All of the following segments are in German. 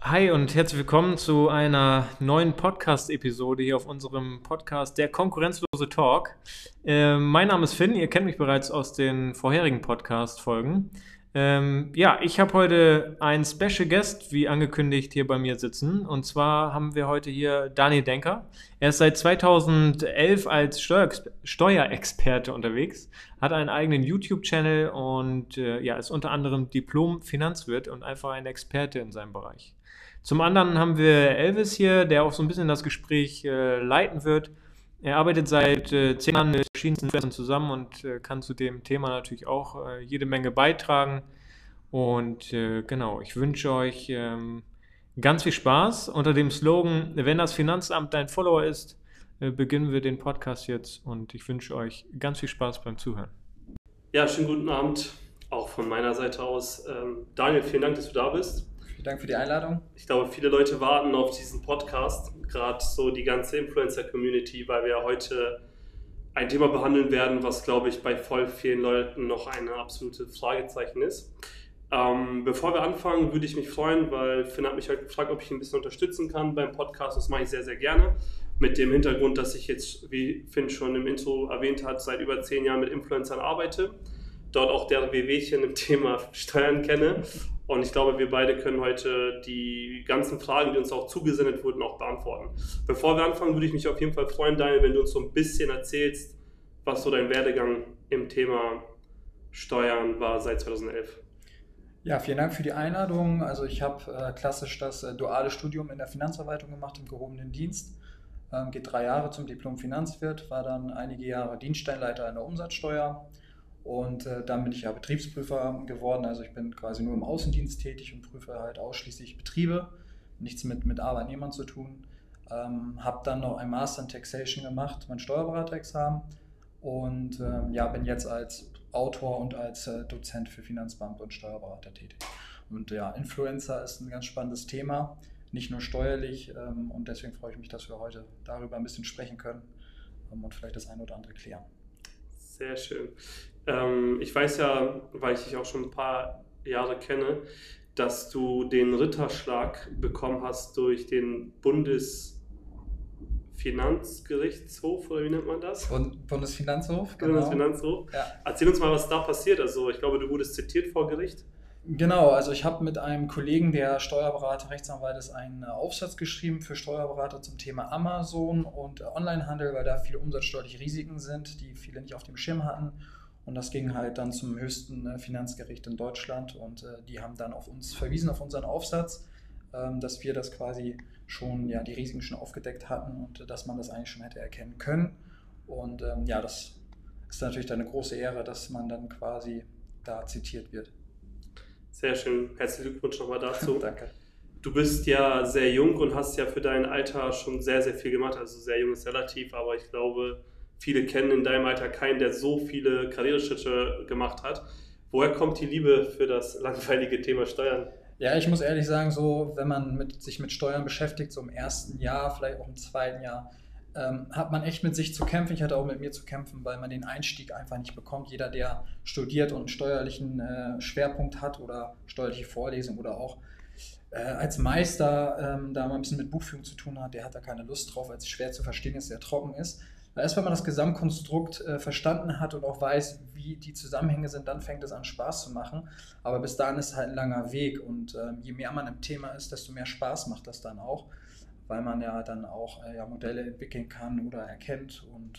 Hi und herzlich willkommen zu einer neuen Podcast-Episode hier auf unserem Podcast Der konkurrenzlose Talk. Mein Name ist Finn, ihr kennt mich bereits aus den vorherigen Podcast-Folgen. Ich habe heute einen Special Guest, wie angekündigt, hier bei mir sitzen. Und zwar haben wir heute hier Daniel Denker. Er ist seit 2011 als Steuerexperte unterwegs, hat einen eigenen YouTube-Channel und ist unter anderem Diplom-Finanzwirt und einfach ein Experte in seinem Bereich. Zum anderen haben wir Elvis hier, der auch so ein bisschen das Gespräch leiten wird. Er arbeitet seit 10 Jahren mit verschiedensten Influencern zusammen und kann zu dem Thema natürlich auch jede Menge beitragen. Und genau, ich wünsche euch ganz viel Spaß. Unter dem Slogan, wenn das Finanzamt dein Follower ist, beginnen wir den Podcast jetzt und ich wünsche euch ganz viel Spaß beim Zuhören. Ja, schönen guten Abend, auch von meiner Seite aus. Daniel, vielen Dank, dass du da bist. Vielen Dank für die Einladung. Ich glaube, viele Leute warten auf diesen Podcast, gerade so die ganze Influencer-Community, weil wir ja heute ein Thema behandeln werden, was, glaube ich, bei voll vielen Leuten noch eine absolute Fragezeichen ist. Bevor wir anfangen, würde ich mich freuen, weil Finn hat mich halt gefragt, ob ich ihn ein bisschen unterstützen kann beim Podcast. Das mache ich sehr, sehr gerne. Mit dem Hintergrund, dass ich jetzt, wie Finn schon im Intro erwähnt hat, seit über 10 Jahren mit Influencern arbeite. Dort auch deren Wehwehchen im Thema Steuern kenne. Und ich glaube, wir beide können heute die ganzen Fragen, die uns auch zugesendet wurden, auch beantworten. Bevor wir anfangen, würde ich mich auf jeden Fall freuen, Daniel, wenn du uns so ein bisschen erzählst, was so dein Werdegang im Thema Steuern war seit 2011. Ja, vielen Dank für die Einladung. Also ich habe klassisch das duale Studium in der Finanzverwaltung gemacht, im gehobenen Dienst. Geht 3 Jahre zum Diplom Finanzwirt, war dann einige Jahre Dienststellenleiter in der Umsatzsteuer. Und dann bin ich ja Betriebsprüfer geworden, also ich bin quasi nur im Außendienst tätig und prüfe halt ausschließlich Betriebe, nichts mit Arbeitnehmern zu tun. Habe dann noch ein Master in Taxation gemacht, mein Steuerberaterexamen und bin jetzt als Autor und als Dozent für Finanzbeamte und Steuerberater tätig. Und ja, Influencer ist ein ganz spannendes Thema, nicht nur steuerlich und deswegen freue ich mich, dass wir heute darüber ein bisschen sprechen können und vielleicht das eine oder andere klären. Sehr schön. Ich weiß ja, weil ich dich auch schon ein paar Jahre kenne, dass du den Ritterschlag bekommen hast durch den Bundesfinanzgerichtshof, oder wie nennt man das? Bundesfinanzhof, genau. Bundesfinanzhof. Ja. Erzähl uns mal, was da passiert. Also ich glaube, du wurdest zitiert vor Gericht. Genau, also ich habe mit einem Kollegen, der Steuerberater, Rechtsanwalt ist, einen Aufsatz geschrieben für Steuerberater zum Thema Amazon und Onlinehandel, weil da viele umsatzsteuerliche Risiken sind, die viele nicht auf dem Schirm hatten. Und das ging halt dann zum höchsten Finanzgericht in Deutschland und die haben dann auf uns verwiesen, auf unseren Aufsatz, dass wir das quasi schon, die Risiken schon aufgedeckt hatten und dass man das eigentlich schon hätte erkennen können. Und das ist natürlich dann eine große Ehre, dass man dann quasi da zitiert wird. Sehr schön. Herzlichen Glückwunsch nochmal dazu. Danke. Du bist ja sehr jung und hast ja für dein Alter schon sehr, sehr viel gemacht. Also sehr jung ist relativ, aber ich glaube, viele kennen in deinem Alter keinen, der so viele Karriereschritte gemacht hat. Woher kommt die Liebe für das langweilige Thema Steuern? Ja, ich muss ehrlich sagen, so wenn man sich mit Steuern beschäftigt, so im ersten Jahr, vielleicht auch im zweiten Jahr, hat man echt mit sich zu kämpfen. Ich hatte auch mit mir zu kämpfen, weil man den Einstieg einfach nicht bekommt. Jeder, der studiert und einen steuerlichen Schwerpunkt hat oder steuerliche Vorlesung oder auch als Meister da mal ein bisschen mit Buchführung zu tun hat, der hat da keine Lust drauf, weil es schwer zu verstehen ist, sehr trocken ist. Erst wenn man das Gesamtkonstrukt verstanden hat und auch weiß, wie die Zusammenhänge sind, dann fängt es an Spaß zu machen. Aber bis dahin ist halt ein langer Weg und je mehr man im Thema ist, desto mehr Spaß macht das dann auch, weil man ja dann auch Modelle entwickeln kann oder erkennt und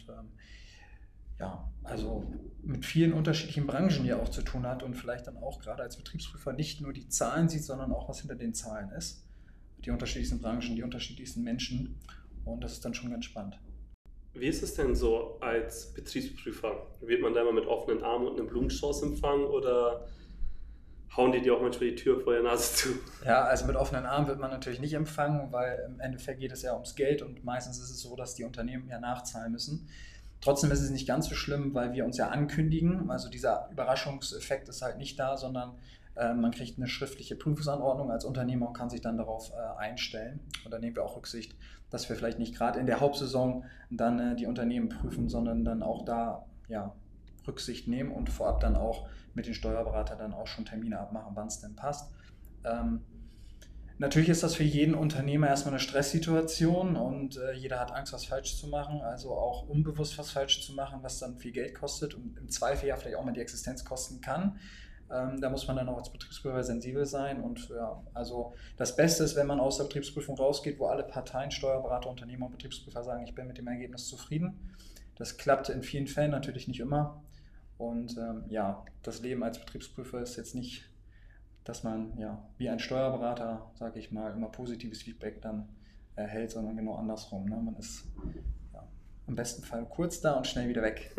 also mit vielen unterschiedlichen Branchen ja auch zu tun hat und vielleicht dann auch gerade als Betriebsprüfer nicht nur die Zahlen sieht, sondern auch was hinter den Zahlen ist. Die unterschiedlichsten Branchen, die unterschiedlichsten Menschen und das ist dann schon ganz spannend. Wie ist es denn so als Betriebsprüfer? Wird man da immer mit offenen Armen und einem Blumenstrauß empfangen oder hauen die dir auch manchmal die Tür vor der Nase zu? Ja, also mit offenen Armen wird man natürlich nicht empfangen, weil im Endeffekt geht es ja ums Geld und meistens ist es so, dass die Unternehmen ja nachzahlen müssen. Trotzdem ist es nicht ganz so schlimm, weil wir uns ja ankündigen, also dieser Überraschungseffekt ist halt nicht da, sondern man kriegt eine schriftliche Prüfungsanordnung als Unternehmer und kann sich dann darauf einstellen. Und dann nehmen wir auch Rücksicht, dass wir vielleicht nicht gerade in der Hauptsaison dann die Unternehmen prüfen, sondern dann auch da Rücksicht nehmen und vorab dann auch mit den Steuerberatern dann auch schon Termine abmachen, wann es denn passt. Natürlich ist das für jeden Unternehmer erstmal eine Stresssituation und jeder hat Angst, was falsch zu machen, also auch unbewusst was falsch zu machen, was dann viel Geld kostet und im Zweifel ja vielleicht auch mal die Existenz kosten kann. Da muss man dann auch als Betriebsprüfer sensibel sein und ja, also das Beste ist, wenn man aus der Betriebsprüfung rausgeht, wo alle Parteien, Steuerberater, Unternehmer und Betriebsprüfer sagen, ich bin mit dem Ergebnis zufrieden. Das klappt in vielen Fällen, natürlich nicht immer und ja, das Leben als Betriebsprüfer ist jetzt nicht, dass man ja wie ein Steuerberater, sage ich mal, immer positives Feedback dann erhält, sondern genau andersrum. Ne? Man ist ja, im besten Fall kurz da und schnell wieder weg.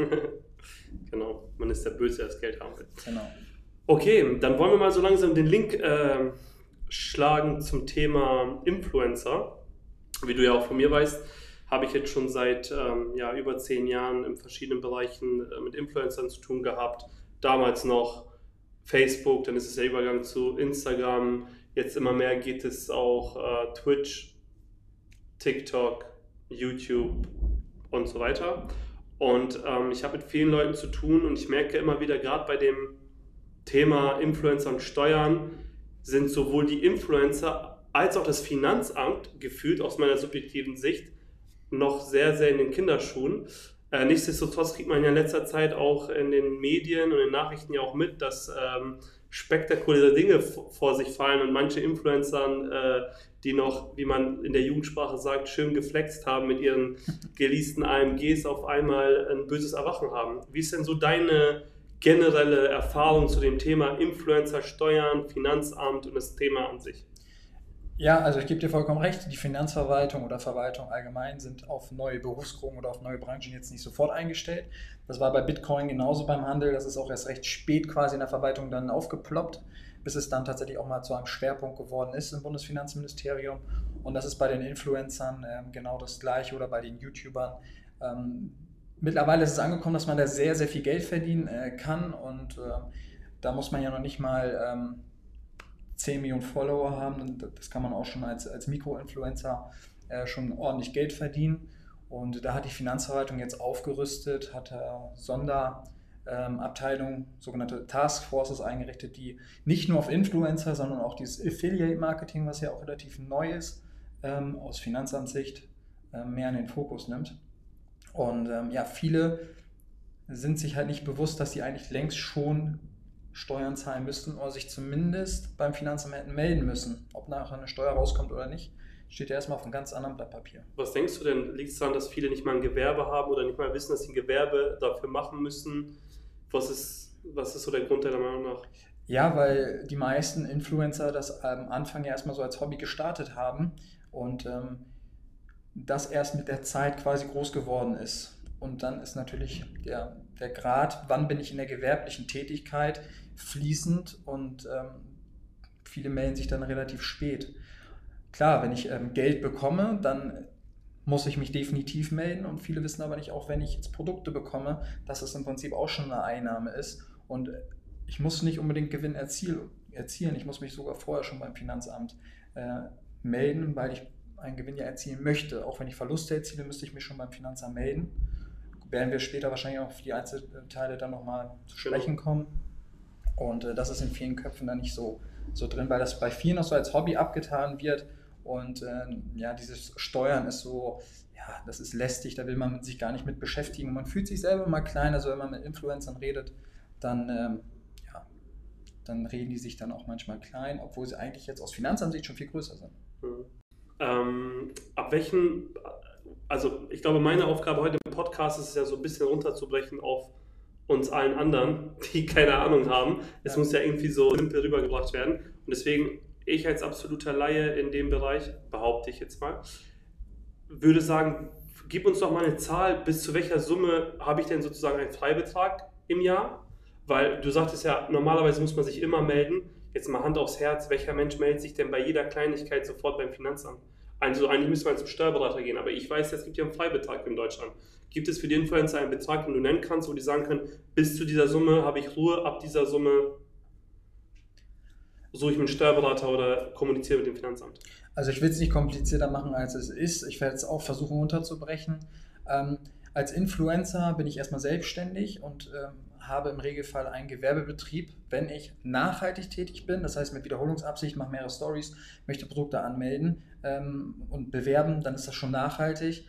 Genau, man ist der Böse, der das Geld haben will. Genau. Okay, dann wollen wir mal so langsam den Link schlagen zum Thema Influencer. Wie du ja auch von mir weißt, habe ich jetzt schon seit über 10 Jahren in verschiedenen Bereichen mit Influencern zu tun gehabt. Damals noch Facebook, dann ist es der Übergang zu Instagram, jetzt immer mehr geht es auch Twitch, TikTok, YouTube und so weiter. Und ich habe mit vielen Leuten zu tun und ich merke immer wieder, gerade bei dem Thema Influencer und Steuern, sind sowohl die Influencer als auch das Finanzamt gefühlt aus meiner subjektiven Sicht noch sehr, sehr in den Kinderschuhen. Nichtsdestotrotz kriegt man ja in letzter Zeit auch in den Medien und in den Nachrichten ja auch mit, dass spektakuläre Dinge vor sich fallen und manche Influencern, die noch, wie man in der Jugendsprache sagt, schön geflext haben mit ihren geleasten AMGs, auf einmal ein böses Erwachen haben. Wie ist denn so deine generelle Erfahrung zu dem Thema Influencer, Steuern, Finanzamt und das Thema an sich? Ja, also ich gebe dir vollkommen recht, die Finanzverwaltung oder Verwaltung allgemein sind auf neue Berufsgruppen oder auf neue Branchen jetzt nicht sofort eingestellt. Das war bei Bitcoin genauso beim Handel, das ist auch erst recht spät quasi in der Verwaltung dann aufgeploppt, bis es dann tatsächlich auch mal zu einem Schwerpunkt geworden ist im Bundesfinanzministerium. Und das ist bei den Influencern genau das Gleiche oder bei den YouTubern. Mittlerweile ist es angekommen, dass man da sehr, sehr viel Geld verdienen kann und da muss man ja noch nicht mal 10 Millionen Follower haben und das kann man auch schon als Mikroinfluencer schon ordentlich Geld verdienen. Und da hat die Finanzverwaltung jetzt aufgerüstet, hat Sonderabteilungen, sogenannte Taskforces eingerichtet, die nicht nur auf Influencer, sondern auch dieses Affiliate-Marketing, was ja auch relativ neu ist, aus Finanzamtssicht mehr in den Fokus nimmt. Und ja, viele sind sich halt nicht bewusst, dass sie eigentlich längst schon Steuern zahlen müssten oder sich zumindest beim Finanzamt hätten melden müssen. Ob nachher eine Steuer rauskommt oder nicht, steht ja erstmal auf einem ganz anderen Blatt Papier. Was denkst du denn, liegt es daran, dass viele nicht mal ein Gewerbe haben oder nicht mal wissen, dass sie ein Gewerbe dafür machen müssen? Was ist so der Grund deiner Meinung nach? Ja, weil die meisten Influencer das am Anfang ja erstmal so als Hobby gestartet haben und das erst mit der Zeit quasi groß geworden ist. Und dann ist natürlich der Grad, wann bin ich in der gewerblichen Tätigkeit, fließend und viele melden sich dann relativ spät. Klar, wenn ich Geld bekomme, dann muss ich mich definitiv melden und viele wissen aber nicht, auch wenn ich jetzt Produkte bekomme, dass es im Prinzip auch schon eine Einnahme ist und ich muss nicht unbedingt Gewinn erzielen, ich muss mich sogar vorher schon beim Finanzamt melden, weil ich einen Gewinn ja erzielen möchte. Auch wenn ich Verluste erziele, müsste ich mich schon beim Finanzamt melden. Werden wir später wahrscheinlich auch auf die Einzelteile dann nochmal zu sprechen kommen. Und das ist in vielen Köpfen dann nicht so drin, weil das bei vielen noch so als Hobby abgetan wird. Und ja, dieses Steuern ist so, ja, das ist lästig, da will man sich gar nicht mit beschäftigen. Man fühlt sich selber mal klein, also wenn man mit Influencern redet, dann reden die sich dann auch manchmal klein, obwohl sie eigentlich jetzt aus Finanzamtssicht schon viel größer sind. Ab welchen, also ich glaube, meine Aufgabe heute im Podcast ist es ja so ein bisschen runterzubrechen auf uns allen anderen, die keine Ahnung haben. Es muss ja irgendwie so simpel rübergebracht werden. Und deswegen, ich als absoluter Laie in dem Bereich, behaupte ich jetzt mal, würde sagen, gib uns doch mal eine Zahl, bis zu welcher Summe habe ich denn sozusagen einen Freibetrag im Jahr? Weil du sagtest ja, normalerweise muss man sich immer melden. Jetzt mal Hand aufs Herz, welcher Mensch meldet sich denn bei jeder Kleinigkeit sofort beim Finanzamt? Also eigentlich müsste man zum Steuerberater gehen, aber ich weiß, es gibt ja einen Freibetrag in Deutschland. Gibt es für die Influencer einen Betrag, den du nennen kannst, wo die sagen können, bis zu dieser Summe habe ich Ruhe, ab dieser Summe suche ich einen Steuerberater oder kommuniziere mit dem Finanzamt? Also ich will es nicht komplizierter machen, als es ist. Ich werde es auch versuchen runterzubrechen. Als Influencer bin ich erstmal selbstständig und habe im Regelfall einen Gewerbebetrieb, wenn ich nachhaltig tätig bin, das heißt mit Wiederholungsabsicht, mache mehrere Stories, möchte Produkte anmelden und bewerben, dann ist das schon nachhaltig.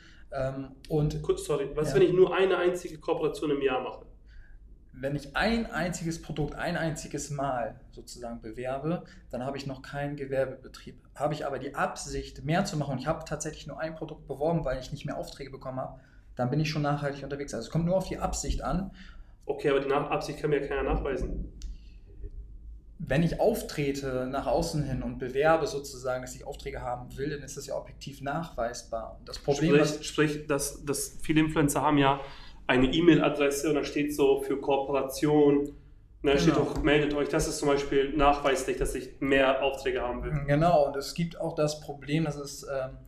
Wenn ich nur eine einzige Kooperation im Jahr mache? Wenn ich ein einziges Produkt ein einziges Mal sozusagen bewerbe, dann habe ich noch keinen Gewerbebetrieb. Habe ich aber die Absicht, mehr zu machen und ich habe tatsächlich nur ein Produkt beworben, weil ich nicht mehr Aufträge bekommen habe, dann bin ich schon nachhaltig unterwegs. Also es kommt nur auf die Absicht an. Okay, aber die Absicht kann mir ja keiner nachweisen. Wenn ich auftrete nach außen hin und bewerbe sozusagen, dass ich Aufträge haben will, dann ist das ja objektiv nachweisbar. Und das Problem Sprich, dass viele Influencer haben ja eine E-Mail-Adresse und da steht so für Kooperation, da steht auch, meldet euch. Das ist zum Beispiel nachweislich, dass ich mehr Aufträge haben will. Genau, und es gibt auch das Problem, dass es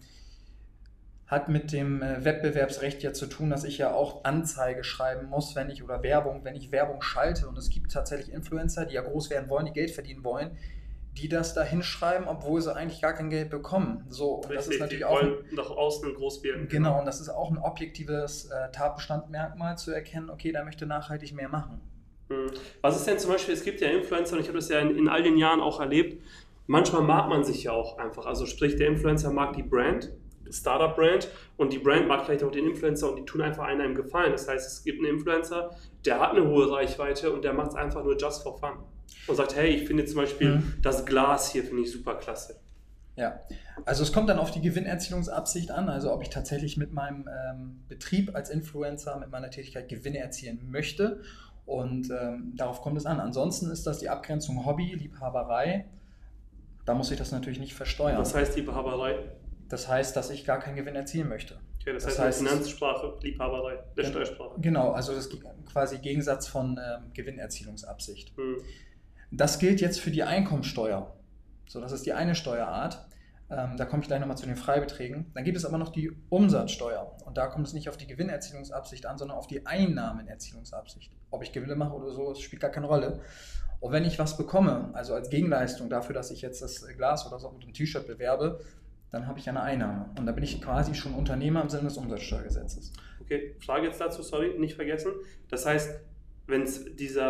hat mit dem Wettbewerbsrecht ja zu tun, dass ich ja auch Anzeige schreiben muss, wenn ich Werbung schalte. Und es gibt tatsächlich Influencer, die ja groß werden wollen, die Geld verdienen wollen, die das da hinschreiben, obwohl sie eigentlich gar kein Geld bekommen. So, und richtig, das ist natürlich die auch wollen nach außen groß werden. Genau, und das ist auch ein objektives Tatbestandmerkmal zu erkennen, okay, da möchte nachhaltig mehr machen. Was ist denn zum Beispiel, es gibt ja Influencer, und ich habe das ja in all den Jahren auch erlebt, manchmal mag man sich ja auch einfach. Also sprich, der Influencer mag die Brand, Startup-Brand, und die Brand mag vielleicht auch den Influencer und die tun einfach einem Gefallen. Das heißt, es gibt einen Influencer, der hat eine hohe Reichweite und der macht es einfach nur just for fun. Und sagt, hey, ich finde zum Beispiel das Glas hier, finde ich super klasse. Ja, also es kommt dann auf die Gewinnerzielungsabsicht an, also ob ich tatsächlich mit meinem Betrieb als Influencer, mit meiner Tätigkeit Gewinne erzielen möchte, und darauf kommt es an. Ansonsten ist das die Abgrenzung Hobby, Liebhaberei, da muss ich das natürlich nicht versteuern. Was heißt Liebhaberei? Das heißt, dass ich gar keinen Gewinn erzielen möchte. Okay, das heißt Finanzsprache, Liebhaberei, der Steuersprache. Genau, also das ist quasi Gegensatz von Gewinnerzielungsabsicht. Das gilt jetzt für die Einkommensteuer. So, das ist die eine Steuerart. Da komme ich gleich nochmal zu den Freibeträgen. Dann gibt es aber noch die Umsatzsteuer. Und da kommt es nicht auf die Gewinnerzielungsabsicht an, sondern auf die Einnahmenerzielungsabsicht. Ob ich Gewinne mache oder so, das spielt gar keine Rolle. Und wenn ich was bekomme, also als Gegenleistung dafür, dass ich jetzt das Glas oder so mit dem T-Shirt bewerbe, dann habe ich eine Einnahme. Und da bin ich quasi schon Unternehmer im Sinne des Umsatzsteuergesetzes. Okay, Frage jetzt dazu, sorry, nicht vergessen. Das heißt, wenn es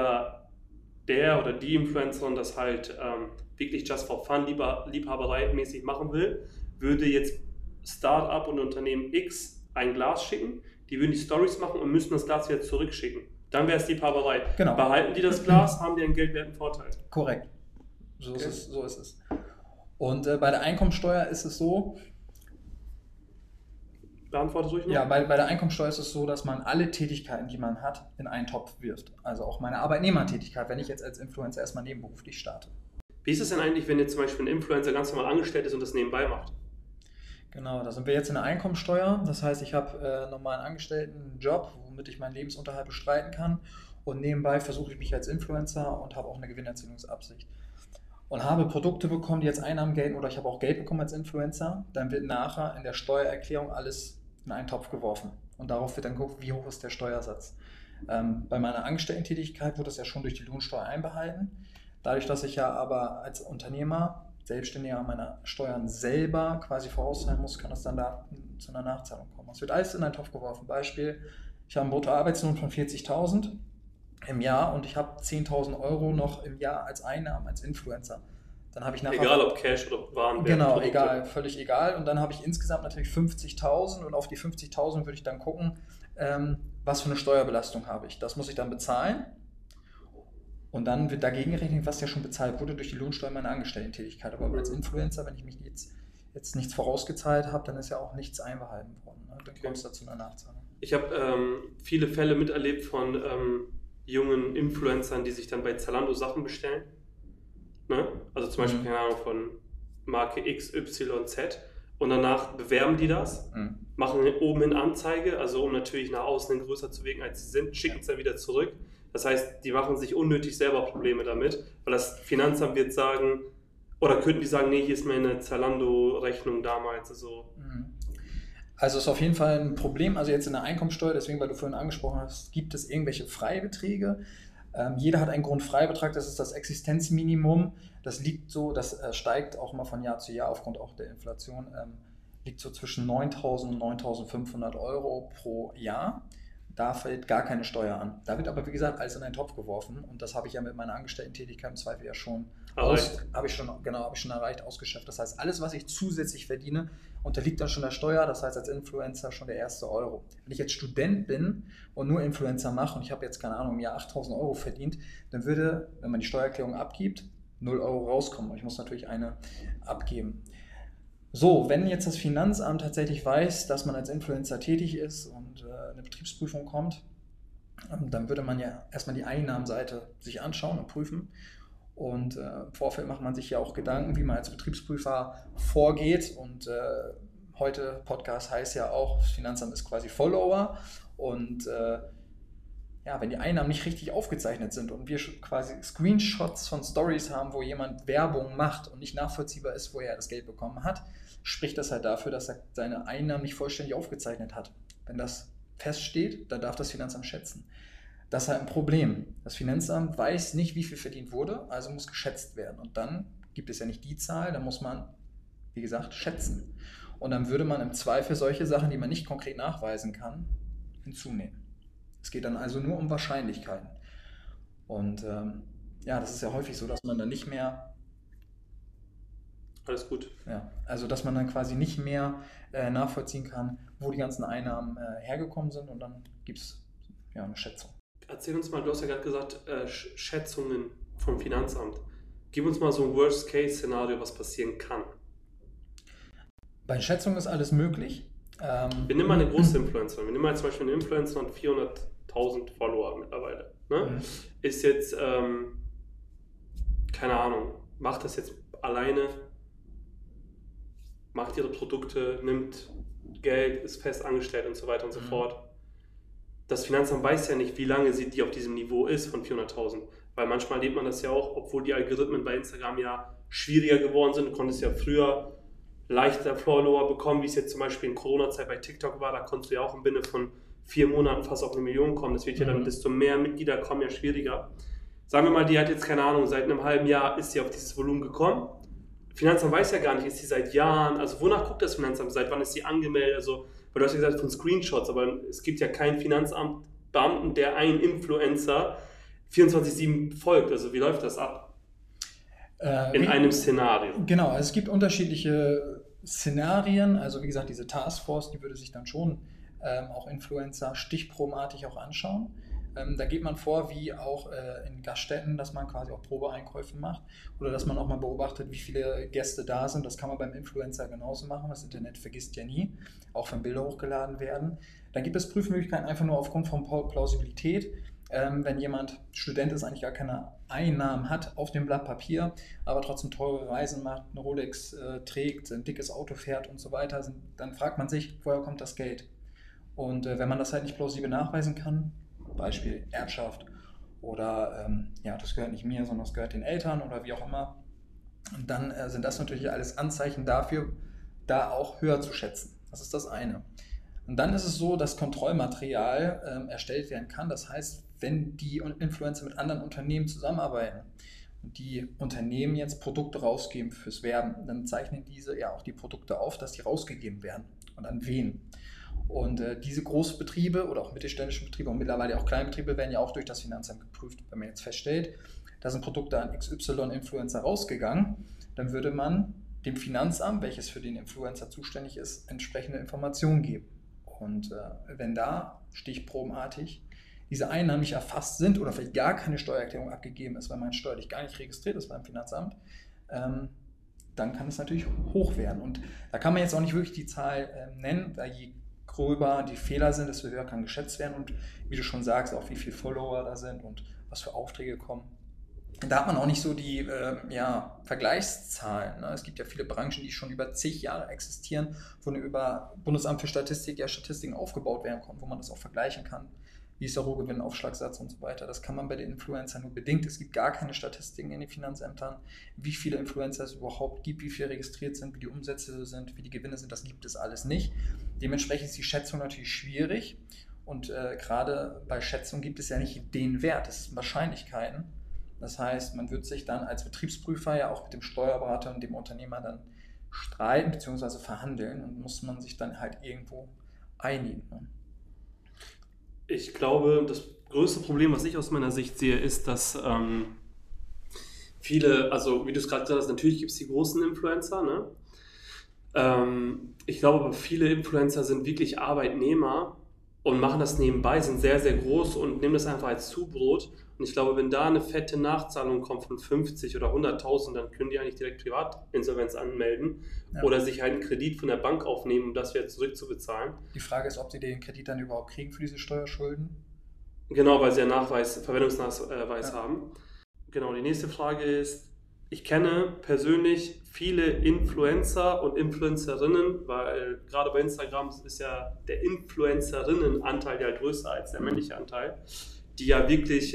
der oder die Influencerin das halt wirklich just for fun, Liebhaberei-mäßig machen will, würde jetzt Startup und Unternehmen X ein Glas schicken, die würden die Stories machen und müssen das Glas wieder zurückschicken. Dann wäre es Liebhaberei. Genau. Behalten die das Glas, haben die einen geldwerten Vorteil. Korrekt. So ist es. Und bei der Einkommensteuer ist es so, Beantwortest du ruhig noch? Ja, bei der Einkommensteuer ist es so, dass man alle Tätigkeiten, die man hat, in einen Topf wirft. Also auch meine Arbeitnehmertätigkeit, wenn ich jetzt als Influencer erstmal nebenberuflich starte. Wie ist es denn eigentlich, wenn jetzt zum Beispiel ein Influencer ganz normal angestellt ist und das nebenbei macht? Genau, da sind wir jetzt in der Einkommensteuer. Das heißt, ich habe nochmal einen Angestelltenjob, womit ich meinen Lebensunterhalt bestreiten kann. Und nebenbei versuche ich mich als Influencer und habe auch eine Gewinnerzielungsabsicht. Und habe Produkte bekommen, die jetzt Einnahmen gelten, oder ich habe auch Geld bekommen als Influencer, dann wird nachher in der Steuererklärung alles in einen Topf geworfen. Und darauf wird dann geguckt, wie hoch ist der Steuersatz. Bei meiner Angestellten-Tätigkeit wurde das ja schon durch die Lohnsteuer einbehalten. Dadurch, dass ich ja aber als Unternehmer, Selbstständiger meine Steuern selber quasi vorauszahlen muss, kann es dann da zu einer Nachzahlung kommen. Es wird alles in einen Topf geworfen. Beispiel, ich habe einen Bruttoarbeitslohn von 40.000 im Jahr und ich habe 10.000 Euro noch im Jahr als Einnahmen, als Influencer. Dann habe ich nachher, egal ob Cash oder Waren. Genau, egal, völlig egal. Und dann habe ich insgesamt natürlich 50.000 und auf die 50.000 würde ich dann gucken, was für eine Steuerbelastung habe ich. Das muss ich dann bezahlen. Und dann wird dagegen gerechnet, was ja schon bezahlt wurde durch die Lohnsteuer meiner Angestellten-Tätigkeit. Aber als Influencer, wenn ich mich jetzt nichts vorausgezahlt habe, dann ist ja auch nichts einbehalten worden. Ne? Dann kommt es da zu einer Nachzahlung. Ich habe viele Fälle miterlebt von jungen Influencern, die sich dann bei Zalando Sachen bestellen. Ne? Also zum Beispiel, keine Ahnung, von Marke XYZ. Und danach bewerben die das, machen oben in Anzeige, also um natürlich nach außen größer zu wirken, als sie sind, schicken es dann wieder zurück. Das heißt, die machen sich unnötig selber Probleme damit, weil das Finanzamt wird sagen, oder könnten die sagen, nee, hier ist meine Zalando-Rechnung damals. Also ist auf jeden Fall ein Problem, also jetzt in der Einkommensteuer, deswegen, weil du vorhin angesprochen hast, gibt es irgendwelche Freibeträge. Jeder hat einen Grundfreibetrag, das ist das Existenzminimum. Das liegt so, das steigt auch mal von Jahr zu Jahr aufgrund auch der Inflation, liegt so zwischen 9.000 und 9.500 Euro pro Jahr. Da fällt gar keine Steuer an. Da wird aber, wie gesagt, alles in einen Topf geworfen und das habe ich ja mit meiner Angestellten-Tätigkeit im Zweifel ja schon habe ich schon erreicht, ausgeschöpft. Das heißt, alles, was ich zusätzlich verdiene, unterliegt dann schon der Steuer, das heißt als Influencer schon der erste Euro. Wenn ich jetzt Student bin und nur Influencer mache und ich habe jetzt, keine Ahnung, im Jahr 8.000 Euro verdient, dann würde, wenn man die Steuererklärung abgibt, 0 Euro rauskommen und ich muss natürlich eine abgeben. So, wenn jetzt das Finanzamt tatsächlich weiß, dass man als Influencer tätig ist und eine Betriebsprüfung kommt, dann würde man ja erstmal die Einnahmenseite sich anschauen und prüfen. Und im Vorfeld macht man sich ja auch Gedanken, wie man als Betriebsprüfer vorgeht. Und heute Podcast heißt ja auch, das Finanzamt ist quasi Follower. Und ja, wenn die Einnahmen nicht richtig aufgezeichnet sind und wir quasi Screenshots von Stories haben, wo jemand Werbung macht und nicht nachvollziehbar ist, woher er das Geld bekommen hat, spricht das halt dafür, dass er seine Einnahmen nicht vollständig aufgezeichnet hat. Wenn das feststeht, dann darf das Finanzamt schätzen. Das ist halt ein Problem. Das Finanzamt weiß nicht, wie viel verdient wurde, also muss geschätzt werden. Und dann gibt es ja nicht die Zahl, dann muss man, wie gesagt, schätzen. Und dann würde man im Zweifel solche Sachen, die man nicht konkret nachweisen kann, hinzunehmen. Es geht dann also nur um Wahrscheinlichkeiten. Und ja, das ist ja häufig so, dass man dann nicht mehr... Alles gut. Ja, also dass man dann quasi nicht mehr nachvollziehen kann, wo die ganzen Einnahmen hergekommen sind und dann gibt es ja eine Schätzung. Erzähl uns mal, du hast ja gerade gesagt, Schätzungen vom Finanzamt. Gib uns mal so ein Worst-Case-Szenario, was passieren kann. Bei Schätzungen ist alles möglich. Wir nehmen mal eine große Influencer. Wir nehmen mal zum Beispiel einen Influencer und 400.000 Follower mittlerweile. Ne? Ist jetzt, keine Ahnung, macht das jetzt alleine, macht ihre Produkte, nimmt Geld, ist fest angestellt und so weiter und so fort. Das Finanzamt weiß ja nicht, wie lange sie die auf diesem Niveau ist von 400.000. Weil manchmal lebt man das ja auch, obwohl die Algorithmen bei Instagram ja schwieriger geworden sind. Du konntest ja früher leichter Follower bekommen, wie es jetzt zum Beispiel in Corona-Zeit bei TikTok war. Da konntest du ja auch im Binnen von 4 Monaten fast auf 1 Million kommen. Das wird ja dann, desto mehr Mitglieder kommen, ja schwieriger. Sagen wir mal, die hat jetzt, keine Ahnung, seit einem halben Jahr ist sie auf dieses Volumen gekommen. Finanzamt weiß ja gar nicht, ist sie seit Jahren, also wonach guckt das Finanzamt, seit wann ist sie angemeldet, also, weil du hast ja gesagt von Screenshots, aber es gibt ja keinen Finanzamtbeamten, der einen Influencer 24/7 folgt, also wie läuft das ab? In einem Szenario. Genau, also es gibt unterschiedliche Szenarien, also wie gesagt, diese Taskforce, die würde sich dann schon auch Influencer stichprobenartig auch anschauen. Da geht man vor, wie auch in Gaststätten, dass man quasi auch Probeeinkäufe macht oder dass man auch mal beobachtet, wie viele Gäste da sind. Das kann man beim Influencer genauso machen. Das Internet vergisst ja nie, auch wenn Bilder hochgeladen werden. Dann gibt es Prüfmöglichkeiten einfach nur aufgrund von Plausibilität. Wenn jemand Student ist, eigentlich gar keine Einnahmen hat auf dem Blatt Papier, aber trotzdem teure Reisen macht, eine Rolex trägt, ein dickes Auto fährt und so weiter, dann fragt man sich, woher kommt das Geld? Und wenn man das halt nicht plausibel nachweisen kann, Beispiel Erbschaft oder ja, das gehört nicht mir, sondern das gehört den Eltern oder wie auch immer, und dann sind das natürlich alles Anzeichen dafür, da auch höher zu schätzen. Das ist das eine. Und dann ist es so, dass Kontrollmaterial erstellt werden kann. Das heißt, wenn die Influencer mit anderen Unternehmen zusammenarbeiten und die Unternehmen jetzt Produkte rausgeben fürs Werben, dann zeichnen diese ja auch die Produkte auf, dass die rausgegeben werden und an wen. Und diese Großbetriebe oder auch mittelständische Betriebe und mittlerweile auch Kleinbetriebe werden ja auch durch das Finanzamt geprüft. Wenn man jetzt feststellt, da sind Produkte an XY-Influencer rausgegangen, dann würde man dem Finanzamt, welches für den Influencer zuständig ist, entsprechende Informationen geben. Und wenn da stichprobenartig diese Einnahmen nicht erfasst sind oder vielleicht gar keine Steuererklärung abgegeben ist, weil man steuerlich gar nicht registriert ist beim Finanzamt, dann kann es natürlich hoch werden. Und da kann man jetzt auch nicht wirklich die Zahl nennen, weil je gröber die Fehler sind, desto höher kann geschätzt werden und wie du schon sagst, auch wie viele Follower da sind und was für Aufträge kommen. Da hat man auch nicht so die Vergleichszahlen. Ne? Es gibt ja viele Branchen, die schon über zig Jahre existieren, wo über Bundesamt für Statistik ja Statistiken aufgebaut werden konnten, wo man das auch vergleichen kann. Wie ist der Rohgewinnaufschlagssatz und so weiter. Das kann man bei den Influencern nur bedingt. Es gibt gar keine Statistiken in den Finanzämtern, wie viele Influencer es überhaupt gibt, wie viele registriert sind, wie die Umsätze sind, wie die Gewinne sind. Das gibt es alles nicht. Dementsprechend ist die Schätzung natürlich schwierig. Und gerade bei Schätzungen gibt es ja nicht den Wert. Das sind Wahrscheinlichkeiten. Das heißt, man wird sich dann als Betriebsprüfer ja auch mit dem Steuerberater und dem Unternehmer dann streiten bzw. verhandeln und muss man sich dann halt irgendwo einigen. Ne? Ich glaube, das größte Problem, was ich aus meiner Sicht sehe, ist, dass viele, also wie du es gerade gesagt hast, natürlich gibt es die großen Influencer, ne? Ich glaube aber viele Influencer sind wirklich Arbeitnehmer und machen das nebenbei, sind sehr, sehr groß und nehmen das einfach als Zubrot. Und ich glaube, wenn da eine fette Nachzahlung kommt von 50 oder 100.000, dann können die eigentlich direkt Privatinsolvenz anmelden oder sich halt einen Kredit von der Bank aufnehmen, um das wieder zurückzubezahlen. Die Frage ist, ob sie den Kredit dann überhaupt kriegen für diese Steuerschulden. Genau, weil sie ja Verwendungsnachweis haben. Genau, die nächste Frage ist, ich kenne persönlich viele Influencer und Influencerinnen, weil gerade bei Instagram ist ja der Influencerinnenanteil ja größer als der männliche Anteil, die ja wirklich,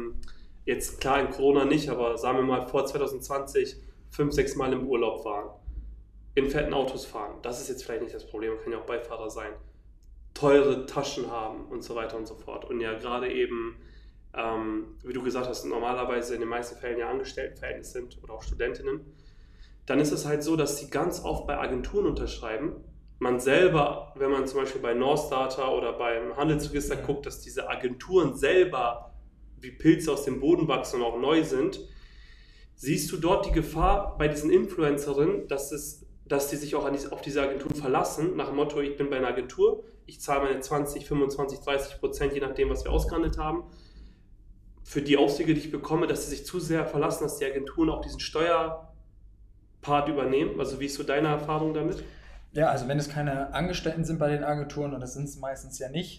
jetzt klar in Corona nicht, aber sagen wir mal vor 2020 5-6 Mal im Urlaub waren, in fetten Autos fahren. Das ist jetzt vielleicht nicht das Problem, man kann ja auch Beifahrer sein. Teure Taschen haben und so weiter und so fort. Und ja gerade eben, wie du gesagt hast, normalerweise in den meisten Fällen ja Angestelltenverhältnis sind oder auch Studentinnen, dann ist es halt so, dass sie ganz oft bei Agenturen unterschreiben. Man selber, wenn man zum Beispiel bei North-Data oder beim Handelsregister guckt, dass diese Agenturen selber wie Pilze aus dem Boden wachsen und auch neu sind, siehst du dort die Gefahr bei diesen Influencerinnen, dass die sich auch auf diese Agenturen verlassen, nach dem Motto, ich bin bei einer Agentur, ich zahle meine 20, 25, 30%, je nachdem, was wir ausgehandelt haben, für die Aufträge, die ich bekomme, dass sie sich zu sehr verlassen, dass die Agenturen auch diesen Steuerpart übernehmen. Also wie ist so deine Erfahrung damit? Ja, also wenn es keine Angestellten sind bei den Agenturen, und das sind es meistens ja nicht,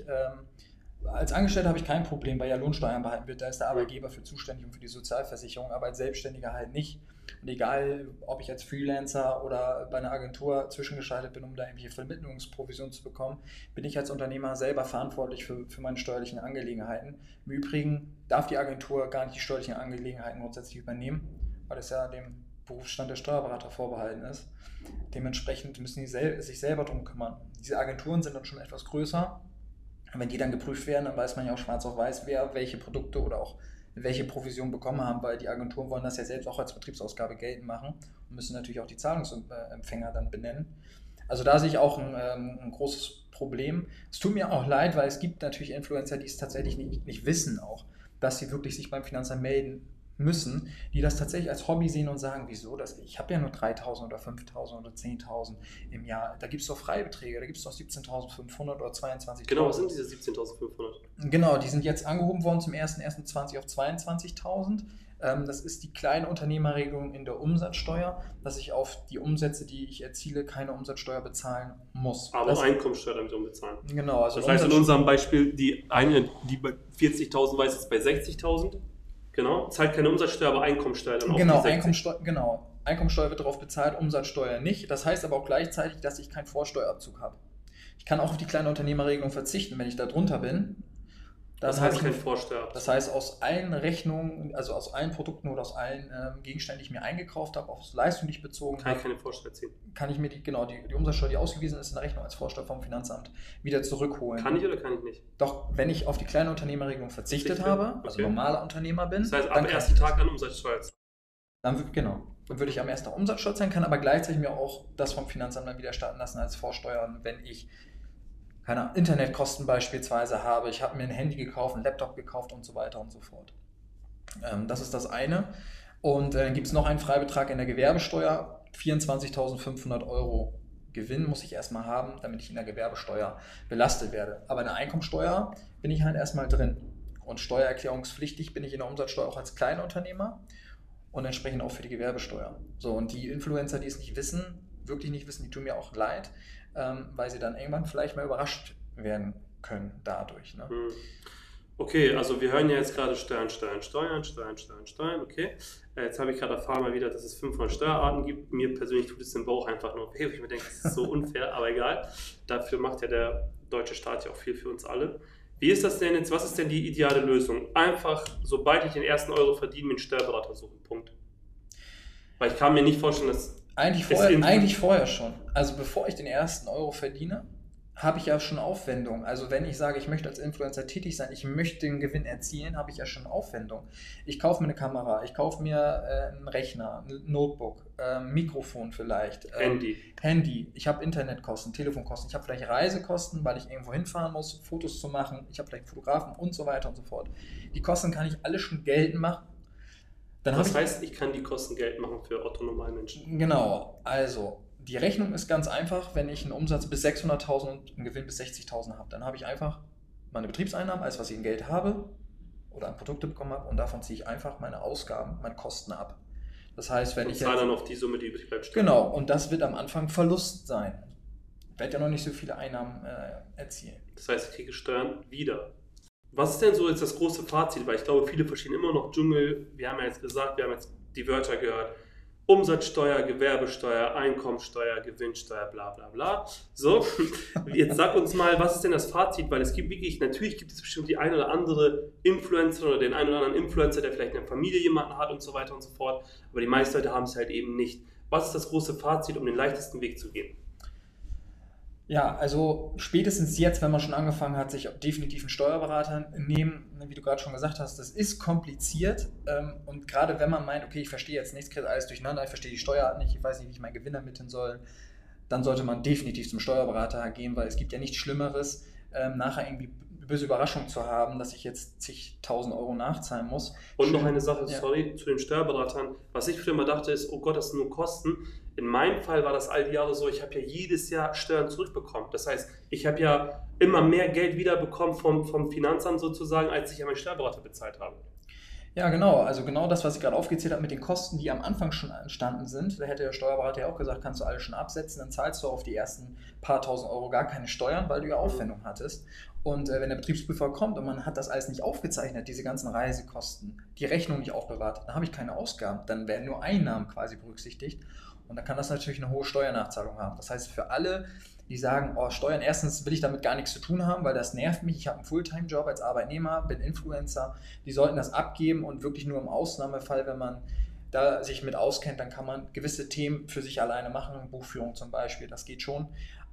als Angestellter habe ich kein Problem, weil ja Lohnsteuern behalten wird, da ist der Arbeitgeber für zuständig und für die Sozialversicherung, aber als Selbstständiger halt nicht. Und egal, ob ich als Freelancer oder bei einer Agentur zwischengeschaltet bin, um da irgendwelche Vermittlungsprovision zu bekommen, bin ich als Unternehmer selber verantwortlich für meine steuerlichen Angelegenheiten. Im Übrigen darf die Agentur gar nicht die steuerlichen Angelegenheiten grundsätzlich übernehmen, weil es ja dem Berufsstand der Steuerberater vorbehalten ist. Dementsprechend müssen die sich selber darum kümmern. Diese Agenturen sind dann schon etwas größer. Wenn die dann geprüft werden, dann weiß man ja auch schwarz auf weiß, wer welche Produkte oder auch welche Provision bekommen haben, weil die Agenturen wollen das ja selbst auch als Betriebsausgabe geltend machen und müssen natürlich auch die Zahlungsempfänger dann benennen. Also da sehe ich auch ein großes Problem. Es tut mir auch leid, weil es gibt natürlich Influencer, die es tatsächlich nicht wissen auch, dass sie wirklich sich beim Finanzamt melden müssen, die das tatsächlich als Hobby sehen und sagen, wieso, ich habe ja nur 3.000 oder 5.000 oder 10.000 im Jahr, da gibt es doch Freibeträge, da gibt es doch 17.500 oder 22.000. Genau, was sind diese 17.500? Genau, die sind jetzt angehoben worden zum 1.1.20 auf 22.000. Das ist die kleine Unternehmerregelung in der Umsatzsteuer, dass ich auf die Umsätze, die ich erziele, keine Umsatzsteuer bezahlen muss. Aber auch Einkommensteuer damit bezahlen. Genau. Also das heißt in unserem Beispiel, die bei 40.000 war jetzt bei 60.000. Genau, zahlt keine Umsatzsteuer, aber Einkommensteuer dann auch. Genau, Einkommensteuer wird darauf bezahlt, Umsatzsteuer nicht. Das heißt aber auch gleichzeitig, dass ich keinen Vorsteuerabzug habe. Ich kann auch auf die kleine Unternehmerregelung verzichten, wenn ich da drunter bin. Das heißt kein Vorsteuerabzug. Das heißt, aus allen Rechnungen, also aus allen Produkten oder aus allen Gegenständen, die ich mir eingekauft habe, auf Leistung, die ich bezogen habe, kann ich keine Vorsteuer ziehen. Kann ich mir die Umsatzsteuer, die ausgewiesen ist in der Rechnung als Vorsteuer vom Finanzamt, wieder zurückholen. Kann ich oder kann ich nicht? Doch, wenn ich auf die kleine Unternehmerregelung verzichtet habe, also normaler Unternehmer bin. Das heißt, ab ersten Tag an Umsatzsteuer zahlen. Dann würde ich am ersten Tag Umsatzsteuer zahlen, kann aber gleichzeitig mir auch das vom Finanzamt dann wieder starten lassen als Vorsteuern, wenn ich keine Internetkosten beispielsweise habe, ich habe mir ein Handy gekauft, einen Laptop gekauft und so weiter und so fort. Das ist das eine. Und dann gibt es noch einen Freibetrag in der Gewerbesteuer, 24.500 € Gewinn muss ich erstmal haben, damit ich in der Gewerbesteuer belastet werde. Aber in der Einkommensteuer bin ich halt erstmal drin. Und steuererklärungspflichtig bin ich in der Umsatzsteuer auch als Kleinunternehmer und entsprechend auch für die Gewerbesteuer. So, und die Influencer, die es nicht wissen, wirklich nicht wissen, die tun mir auch leid, weil sie dann irgendwann vielleicht mal überrascht werden können dadurch. Ne? Okay, also wir hören ja jetzt gerade Steuern, okay. Jetzt habe ich gerade erfahren mal wieder, dass es 500 Steuerarten gibt. Mir persönlich tut es den Bauch einfach nur weh, ich mir denke, das ist so unfair, aber egal. Dafür macht ja der deutsche Staat ja auch viel für uns alle. Wie ist das denn jetzt, was ist denn die ideale Lösung? Einfach, sobald ich den ersten Euro verdiene, mir einen Steuerberater suchen, Punkt. Weil ich kann mir nicht vorstellen, dass... Eigentlich vorher schon. Also bevor ich den ersten Euro verdiene, habe ich ja schon Aufwendung. Also wenn ich sage, ich möchte als Influencer tätig sein, ich möchte den Gewinn erzielen, habe ich ja schon Aufwendung. Ich kaufe mir eine Kamera, ich kaufe mir einen Rechner, ein Notebook, Mikrofon vielleicht, Handy. Ich habe Internetkosten, Telefonkosten, ich habe vielleicht Reisekosten, weil ich irgendwo hinfahren muss, Fotos zu machen, ich habe vielleicht Fotografen und so weiter und so fort. Die Kosten kann ich alle schon geltend machen. Das heißt, ich kann die Kosten geltend machen für Otto-Normalmenschen. Genau, also die Rechnung ist ganz einfach, wenn ich einen Umsatz bis 600.000 und einen Gewinn bis 60.000 habe, dann habe ich einfach meine Betriebseinnahmen, alles was ich in Geld habe oder an Produkte bekommen habe und davon ziehe ich einfach meine Ausgaben, meine Kosten ab. Das heißt, wenn ich zahle dann auf die Summe, die übrig bleibt. Genau, und das wird am Anfang Verlust sein. Ich werde ja noch nicht so viele Einnahmen erzielen. Das heißt, ich kriege Steuern wieder. Was ist denn so jetzt das große Fazit? Weil ich glaube, viele verstehen immer noch Dschungel. Wir haben ja jetzt gesagt, wir haben jetzt die Wörter gehört. Umsatzsteuer, Gewerbesteuer, Einkommensteuer, Gewinnsteuer, bla bla bla. So, jetzt sag uns mal, was ist denn das Fazit? Weil es gibt wirklich, natürlich gibt es bestimmt die eine oder andere Influencer oder den einen oder anderen Influencer, der vielleicht in der Familie jemanden hat und so weiter und so fort. Aber die meisten Leute haben es halt eben nicht. Was ist das große Fazit, um den leichtesten Weg zu gehen? Ja, also spätestens jetzt, wenn man schon angefangen hat, sich definitiv einen Steuerberater nehmen, wie du gerade schon gesagt hast, das ist kompliziert und gerade wenn man meint, okay, ich verstehe jetzt nichts, kriegt alles durcheinander, ich verstehe die Steuerart nicht, ich weiß nicht, wie ich meinen Gewinn ermitteln soll, dann sollte man definitiv zum Steuerberater gehen, weil es gibt ja nichts Schlimmeres, nachher irgendwie böse Überraschung zu haben, dass ich jetzt zigtausend Euro nachzahlen muss. Und noch eine Sache, sorry, zu den Steuerberatern. Was ich früher immer dachte ist, oh Gott, das sind nur Kosten. In meinem Fall war das all die Jahre so, ich habe ja jedes Jahr Steuern zurückbekommen. Das heißt, ich habe ja immer mehr Geld wiederbekommen vom Finanzamt sozusagen, als ich an meinen Steuerberater bezahlt habe. Ja, genau. Also genau das, was ich gerade aufgezählt habe mit den Kosten, die am Anfang schon entstanden sind. Da hätte der Steuerberater ja auch gesagt, kannst du alles schon absetzen, dann zahlst du auf die ersten paar tausend Euro gar keine Steuern, weil du ja Aufwendung hattest. Und wenn der Betriebsprüfer kommt und man hat das alles nicht aufgezeichnet, diese ganzen Reisekosten, die Rechnung nicht aufbewahrt, dann habe ich keine Ausgaben, dann werden nur Einnahmen quasi berücksichtigt. Und dann kann das natürlich eine hohe Steuernachzahlung haben. Das heißt, für alle, die sagen, oh, Steuern, erstens will ich damit gar nichts zu tun haben, weil das nervt mich, ich habe einen Fulltime-Job als Arbeitnehmer, bin Influencer, die sollten das abgeben und wirklich nur im Ausnahmefall, wenn man da sich mit auskennt, dann kann man gewisse Themen für sich alleine machen, Buchführung zum Beispiel, das geht schon,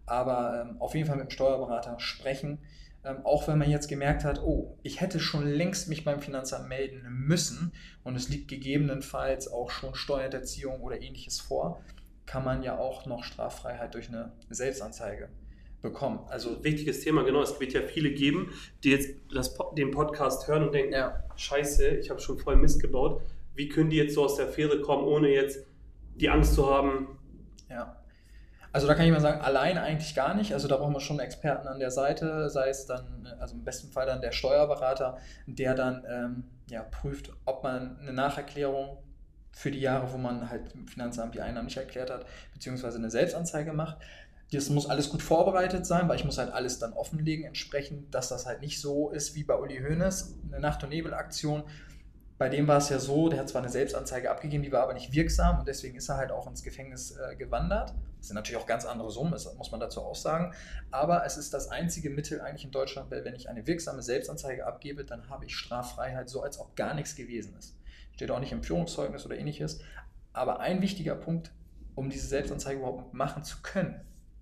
aber auf jeden Fall mit dem Steuerberater sprechen, auch wenn man jetzt gemerkt hat, oh, ich hätte schon längst mich beim Finanzamt melden müssen und es liegt gegebenenfalls auch schon Steuerhinterziehung oder ähnliches vor, kann man ja auch noch Straffreiheit durch eine Selbstanzeige bekommen. Also wichtiges Thema, genau. Es wird ja viele geben, die jetzt den Podcast hören und denken, ja, scheiße, ich habe schon voll Mist gebaut. Wie können die jetzt so aus der Affäre kommen, ohne jetzt die Angst zu haben? Ja, also da kann ich mal sagen, allein eigentlich gar nicht. Also da brauchen wir schon Experten an der Seite, sei es dann, also im besten Fall dann der Steuerberater, der dann prüft, ob man eine Nacherklärung für die Jahre, wo man halt im Finanzamt die Einnahmen nicht erklärt hat, beziehungsweise eine Selbstanzeige macht. Das muss alles gut vorbereitet sein, weil ich muss halt alles dann offenlegen, entsprechend, dass das halt nicht so ist wie bei Uli Hoeneß, eine Nacht- und Nebel-Aktion. Bei dem war es ja so, der hat zwar eine Selbstanzeige abgegeben, die war aber nicht wirksam und deswegen ist er halt auch ins Gefängnis gewandert. Das sind natürlich auch ganz andere Summen, das muss man dazu auch sagen. Aber es ist das einzige Mittel eigentlich in Deutschland, weil wenn ich eine wirksame Selbstanzeige abgebe, dann habe ich Straffreiheit, so als ob gar nichts gewesen ist. Steht auch nicht im Führungszeugnis oder ähnliches. Aber ein wichtiger Punkt, um diese Selbstanzeige überhaupt machen zu können,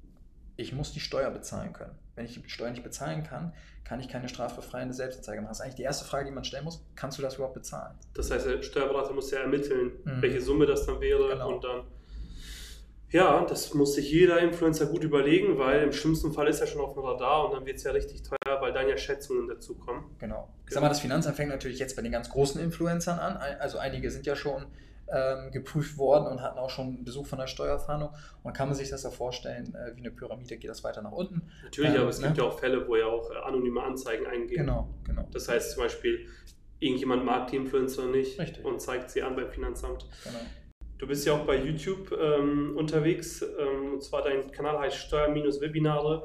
ich muss die Steuer bezahlen können. Wenn ich die Steuer nicht bezahlen kann, kann ich keine strafbefreiende Selbstanzeige machen. Das ist eigentlich die erste Frage, die man stellen muss. Kannst du das überhaupt bezahlen? Das heißt, der Steuerberater muss ja ermitteln, welche Summe das dann wäre. Genau. Und dann, ja, das muss sich jeder Influencer gut überlegen, weil im schlimmsten Fall ist er schon auf dem Radar und dann wird es ja richtig teuer, weil dann ja Schätzungen dazukommen. Genau. Ich sag mal, das Finanzamt fängt natürlich jetzt bei den ganz großen Influencern an. Also einige sind ja schon geprüft worden und hatten auch schon einen Besuch von der Steuerfahndung. Und kann man sich das ja vorstellen, wie eine Pyramide geht das weiter nach unten. Natürlich, aber es gibt ja auch Fälle, wo ja auch anonyme Anzeigen eingehen. Genau. Das heißt zum Beispiel, irgendjemand mag die Influencer nicht Richtig. Und zeigt sie an beim Finanzamt. Genau. Du bist ja auch bei YouTube unterwegs, und zwar dein Kanal heißt Steuer-Webinare.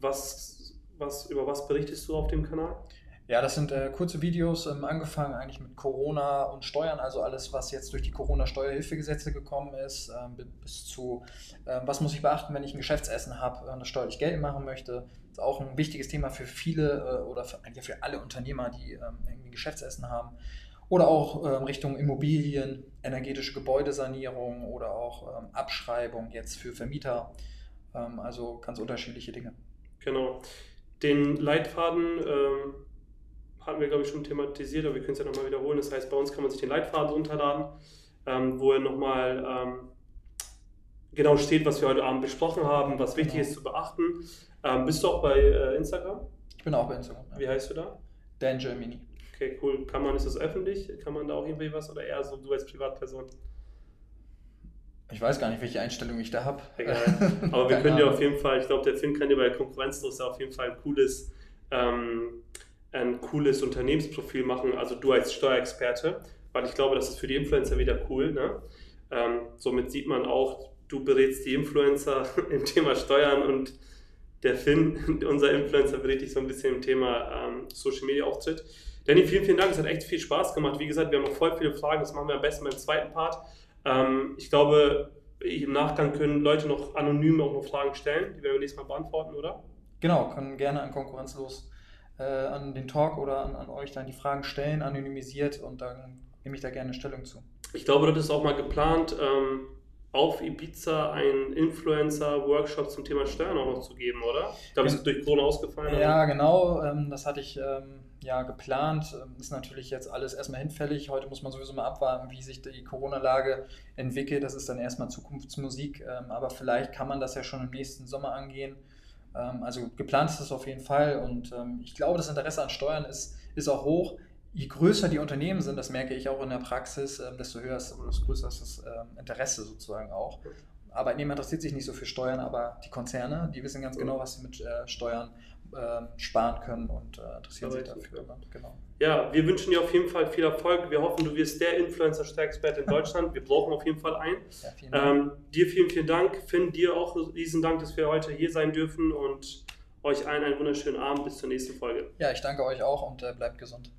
Über was berichtest du auf dem Kanal? Ja, das sind kurze Videos, angefangen eigentlich mit Corona und Steuern, also alles, was jetzt durch die Corona-Steuerhilfegesetze gekommen ist, bis zu, was muss ich beachten, wenn ich ein Geschäftsessen habe und das steuerlich geltend machen möchte. Das ist auch ein wichtiges Thema für viele oder für alle Unternehmer, die irgendwie ein Geschäftsessen haben. Oder auch Richtung Immobilien, energetische Gebäudesanierung oder auch Abschreibung jetzt für Vermieter, also ganz unterschiedliche Dinge. Genau. Den Leitfaden hatten wir, glaube ich, schon thematisiert, aber wir können es ja nochmal wiederholen. Das heißt, bei uns kann man sich den Leitfaden runterladen, wo er nochmal genau steht, was wir heute Abend besprochen haben, was wichtig ist zu beachten. Bist du auch bei Instagram? Ich bin auch bei Instagram. Wie heißt du da? Dan Germany. Okay, cool. Ist das öffentlich? Kann man da auch irgendwie was oder eher so du als Privatperson? Ich weiß gar nicht, welche Einstellung ich da habe. Egal. Aber wir können dir auf jeden Fall, ich glaube, der Finn kann dir bei Konkurrenzlos auf jeden Fall ein cooles Unternehmensprofil machen, also du als Steuerexperte, weil ich glaube, das ist für die Influencer wieder cool. Ne? Somit sieht man auch, du berätst die Influencer im Thema Steuern und der Finn, unser Influencer, berät dich so ein bisschen im Thema Social Media Auftritt. Danny, vielen Dank, es hat echt viel Spaß gemacht. Wie gesagt, wir haben noch voll viele Fragen, das machen wir am besten beim zweiten Part. Ich glaube, im Nachgang können Leute noch anonym auch noch Fragen stellen, die werden wir nächstes Mal beantworten, oder? Genau, können gerne an Konkurrenzlos an den Talk oder an euch dann die Fragen stellen, anonymisiert, und dann nehme ich da gerne Stellung zu. Ich glaube, das ist auch mal geplant, auf Ibiza einen Influencer-Workshop zum Thema Steuern auch noch zu geben, oder? Ich glaube, es ist durch Corona ausgefallen. Ja, genau, das hatte ich geplant. Ist natürlich jetzt alles erstmal hinfällig. Heute muss man sowieso mal abwarten, wie sich die Corona-Lage entwickelt. Das ist dann erstmal Zukunftsmusik, aber vielleicht kann man das ja schon im nächsten Sommer angehen. Also geplant ist das auf jeden Fall, und ich glaube, das Interesse an Steuern ist auch hoch. Je größer die Unternehmen sind, das merke ich auch in der Praxis, desto höher ist oder desto größer ist das Interesse sozusagen auch. Arbeitnehmer interessiert sich nicht so für Steuern, aber die Konzerne, die wissen ganz genau, was sie mit Steuern sparen können, und interessieren sich dafür. Genau. Ja, wir wünschen dir auf jeden Fall viel Erfolg. Wir hoffen, du wirst der Influencer-Steuerexperte in Deutschland. Wir brauchen auf jeden Fall einen. Ja, vielen Dank. Dir vielen Dank. Finn, dir auch riesen Dank, dass wir heute hier sein dürfen, und euch allen einen wunderschönen Abend. Bis zur nächsten Folge. Ja, ich danke euch auch, und bleibt gesund.